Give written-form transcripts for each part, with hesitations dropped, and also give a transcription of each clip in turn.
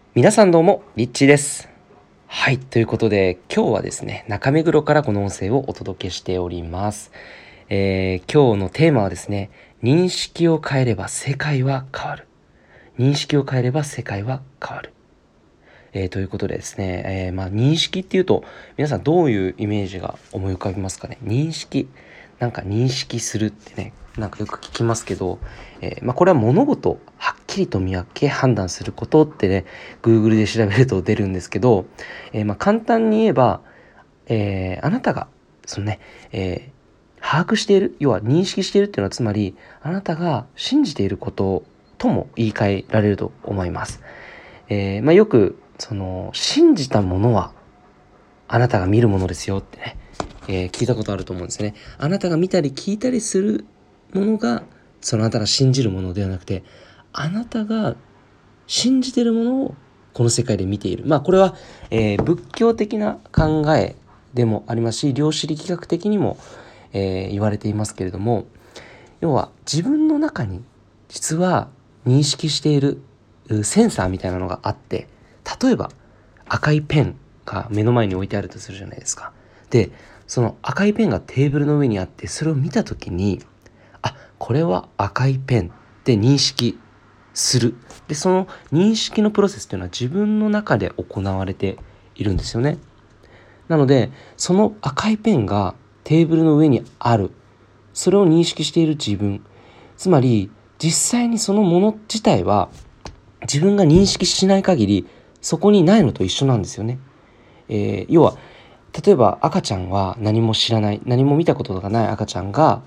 皆さんどうも、リッチーです。はい、ということで今日はですね、中目黒からこの音声をお届けしております。今日のテーマはですね、認識を変えれば世界は変わる。認識を変えれば世界は変わる。ということでですね、認識っていうと皆さんどういうイメージが思い浮かびますかね。認識、なんか認識するってね、なんかよく聞きますけど、これは物事をはっきりと見分け判断することってね、 Google で調べると出るんですけど、簡単に言えば、あなたがそのね、把握している、要は認識しているっていうのは、つまりあなたが信じていることとも言い換えられると思います。よく信じたものはあなたが見るものですよってね、聞いたことあると思うんですね。あなたが見たり聞いたりするものがあなたが信じるものではなくて、あなたが信じているものをこの世界で見ている。これは、仏教的な考えでもありますし、量子力学的にも、言われていますけれども、要は自分の中に実は認識しているセンサーみたいなのがあって、例えば赤いペンが目の前に置いてあるとするじゃないですか。で、その赤いペンがテーブルの上にあって、それを見た時に、これは赤いペンって認識する。で、その認識のプロセスというのは自分の中で行われているんですよね。なので、その赤いペンがテーブルの上にある、それを認識している自分、つまり実際にそのもの自体は自分が認識しない限りそこにないのと一緒なんですよね。要は例えば赤ちゃんは何も知らない、何も見たことがない赤ちゃんが、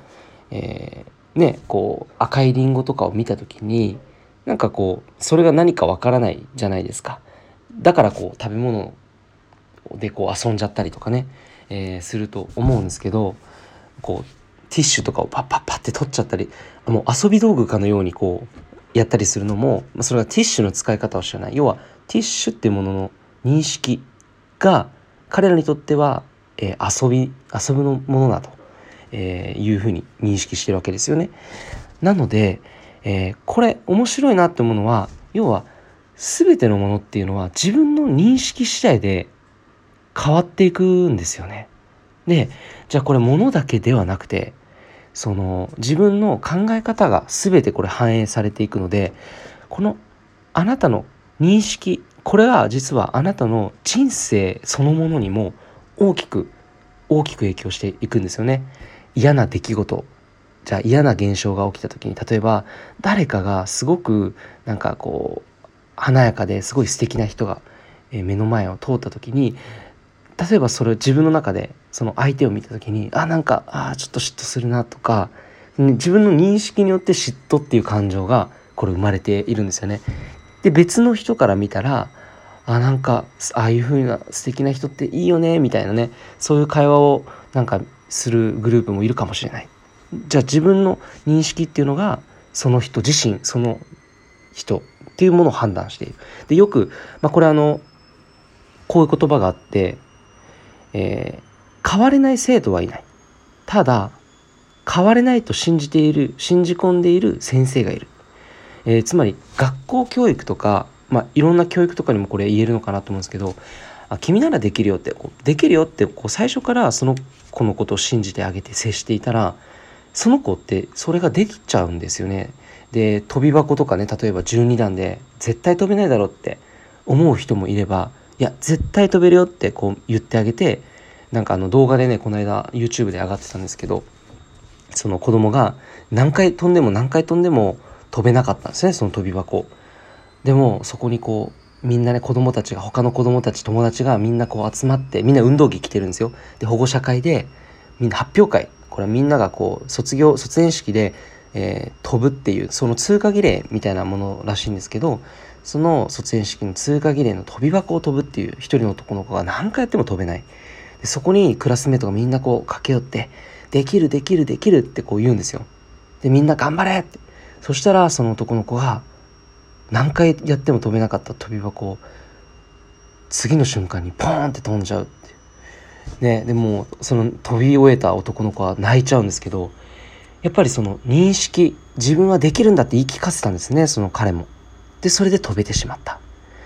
こう赤いリンゴとかを見た時に、それが何かわからないじゃないですか。だから食べ物で遊んじゃったりとかね、すると思うんですけど、ティッシュとかをパッパッパッって取っちゃったり、もう遊び道具かのようにやったりするのも、それはティッシュの使い方を知らない。要はティッシュっていうものの認識が彼らにとっては、遊ぶのものだと、いうふうに認識してるわけですよね。なので、これ面白いなって思うのは、要は全てのものっていうのは自分の認識次第で変わっていくんですよね。で、じゃあこれ物だけではなくて、自分の考え方が全てこれ反映されていくので、このあなたの認識、これは実はあなたの人生そのものにも大きく影響していくんですよね。嫌な出来事、じゃあ嫌な現象が起きた時に、例えば誰かがすごく華やかですごい素敵な人が、目の前を通った時に、例えばそれ自分の中でその相手を見た時に、ちょっと嫉妬するなとか、自分の認識によって嫉妬っていう感情がこれ生まれているんですよね。で、別の人から見たら、ああいう風な素敵な人っていいよねみたいなね、そういう会話をするグループもいるかもしれない。じゃあ自分の認識っていうのがその人自身、その人っていうものを判断している。で、よく、これこういう言葉があって、変われない生徒はいない。ただ変われないと信じ込んでいる先生がいる。つまり学校教育とか、いろんな教育とかにもこれ言えるのかなと思うんですけど、君ならできるよって、できるよって最初からその子のことを信じてあげて接していたら、その子ってそれができちゃうんですよね。で、跳び箱とかね、例えば12段で絶対飛べないだろうって思う人もいれば、いや絶対飛べるよって言ってあげて、動画でね、この間 YouTube で上がってたんですけど、その子供が何回飛んでも飛べなかったんですね、その跳び箱。でもそこにみんなね、他の子供たち、友達がみんな集まって、みんな運動着着てるんですよ。で、保護者会でみんな発表会、これはみんなが卒園式で、飛ぶっていうその通過儀礼みたいなものらしいんですけど、その卒園式の通過儀礼の跳び箱を飛ぶっていう一人の男の子が何回やっても飛べない。で、そこにクラスメートがみんな駆け寄って、できるできるできるって言うんですよ。で、みんな頑張れって。そしたらその男の子が何回やっても飛べなかった跳び箱を次の瞬間にポーンって飛んじゃうってね。でもその飛び終えた男の子は泣いちゃうんですけど、やっぱりその認識、自分はできるんだって言い聞かせたんですね、その彼も。で、それで飛べてしまった。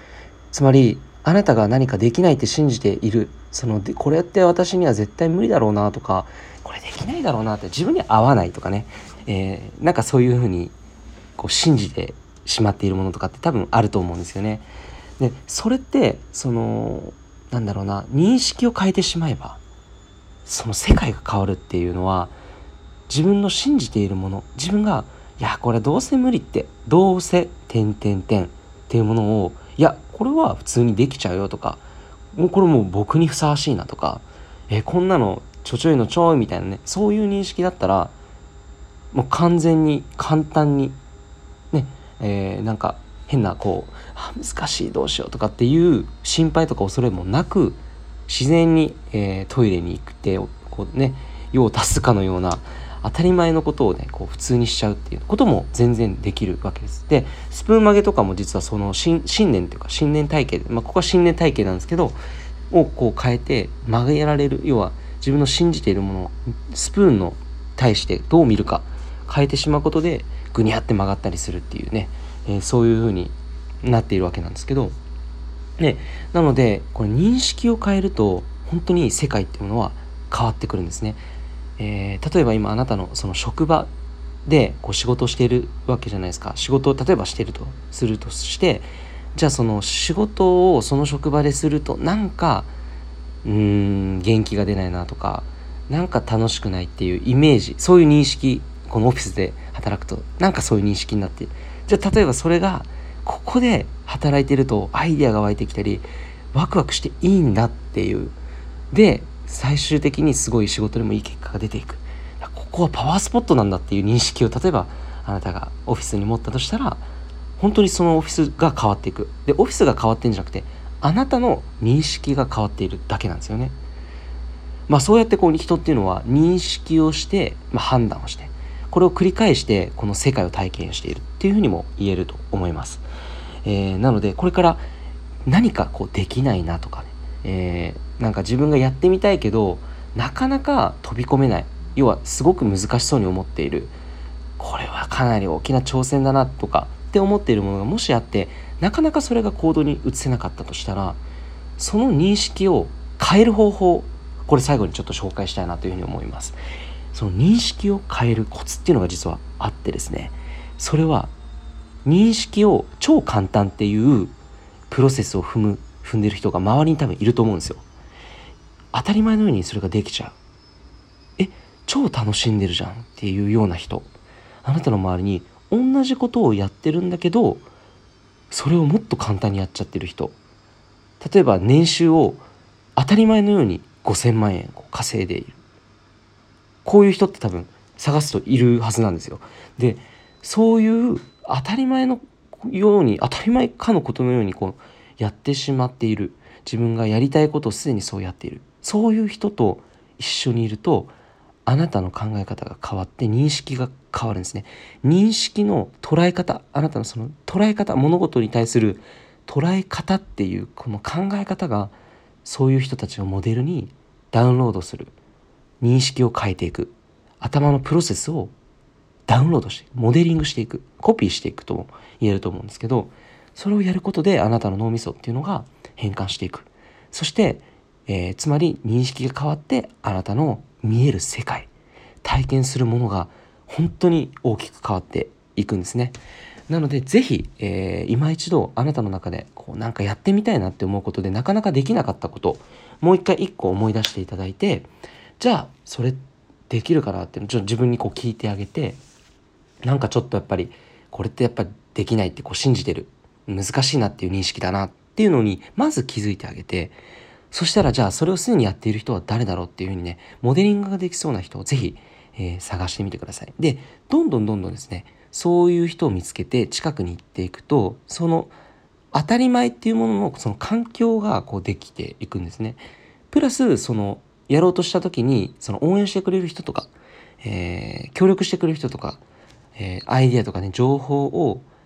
つまりあなたが何かできないって信じている、これって私には絶対無理だろうなとか、これできないだろうなって自分に合わないとかね、なんかそういうふうにこう信じてしまっているものとかって多分あると思うんですよね。でそれってなんだろうな、認識を変えてしまえばその世界が変わるっていうのは、自分の信じているもの、自分がいやこれどうせ無理って、どうせ点々点っていうものを、いやこれは普通にできちゃうよとか、もうこれもう僕にふさわしいなとか、こんなのちょちょいのちょいみたいなね、そういう認識だったらもう完全に簡単にね、なんか変な難しいどうしようとかっていう心配とか恐れもなく、自然に、トイレに行くってこうね、用を足すかのような当たり前のことをねこう普通にしちゃうっていうことも全然できるわけです。でスプーン曲げとかも実はその信念というか信念体系で、ここは信念体系なんですけどをこう変えて曲げられる、要は自分の信じているものをスプーンの対してどう見るか変えてしまうことでぐにゃって曲がったりするっていうね、そういう風になっているわけなんですけど、なのでこれ認識を変えると本当に世界っていうものは変わってくるんですね。例えば今あなたのその職場でこう仕事をしているわけじゃないですか。仕事を例えばしているとするとして、じゃあその仕事をその職場でするとなんか元気が出ないなとか、なんか楽しくないっていうイメージ、そういう認識、このオフィスで働くとなんかそういう認識になって、じゃあ例えばそれがここで働いてるとアイデアが湧いてきたりワクワクしていいんだっていう、で最終的にすごい仕事でもいい結果が出ていく、ここはパワースポットなんだっていう認識を例えばあなたがオフィスに持ったとしたら、本当にそのオフィスが変わっていく。でオフィスが変わってるんじゃなくてあなたの認識が変わっているだけなんですよね。そうやってこう人っていうのは認識をして、判断をして、これを繰り返してこの世界を体験しているっていうふうにも言えると思います。なのでこれから何かこうできないなとかね、なんか自分がやってみたいけどなかなか飛び込めない、要はすごく難しそうに思っている、これはかなり大きな挑戦だなとかって思っているものがもしあって、なかなかそれが行動に移せなかったとしたら、その認識を変える方法、これ最後にちょっと紹介したいなというふうに思います。その認識を変えるコツっていうのが実はあってですね、それは認識を超簡単っていうプロセスを踏んでる人が周りに多分いると思うんですよ。当たり前のようにそれができちゃう、超楽しんでるじゃんっていうような人、あなたの周りに同じことをやってるんだけどそれをもっと簡単にやっちゃってる人、例えば年収を当たり前のように5000万円稼いでいる、こういう人って多分探すといるはずなんですよ。でそういう当たり前のように、当たり前かのことのようにやってしまっている、自分がやりたいことをすでにそうやっている、そういう人と一緒にいるとあなたの考え方が変わって認識が変わるんですね。認識の捉え方、あなたのその捉え方、物事に対する捉え方っていうこの考え方が、そういう人たちをモデルにダウンロードする、認識を変えていく、頭のプロセスをダウンロードしてモデリングしていく、コピーしていくとも言えると思うんですけど、それをやることであなたの脳みそっていうのが変換していく。そして、つまり認識が変わってあなたの見える世界、体験するものが本当に大きく変わっていくんですね。なのでぜひ、今一度あなたの中でなんかやってみたいなって思うことでなかなかできなかったこと、もう一個思い出していただいて、じゃあそれできるかなっていうのをちょっと自分に聞いてあげて、なんかちょっとやっぱりこれってやっぱりできないって信じてる、難しいなっていう認識だなっていうのにまず気づいてあげて、そしたらじゃあそれをすでにやっている人は誰だろうっていうふうにね、モデリングができそうな人をぜひ、探してみてください。でどんどんですね、そういう人を見つけて近くに行っていくと、その当たり前っていうもののその環境ができていくんですね。プラスそのやろうとした時にその応援してくれる人とか、協力してくれる人とか、アイデアとかね、情報を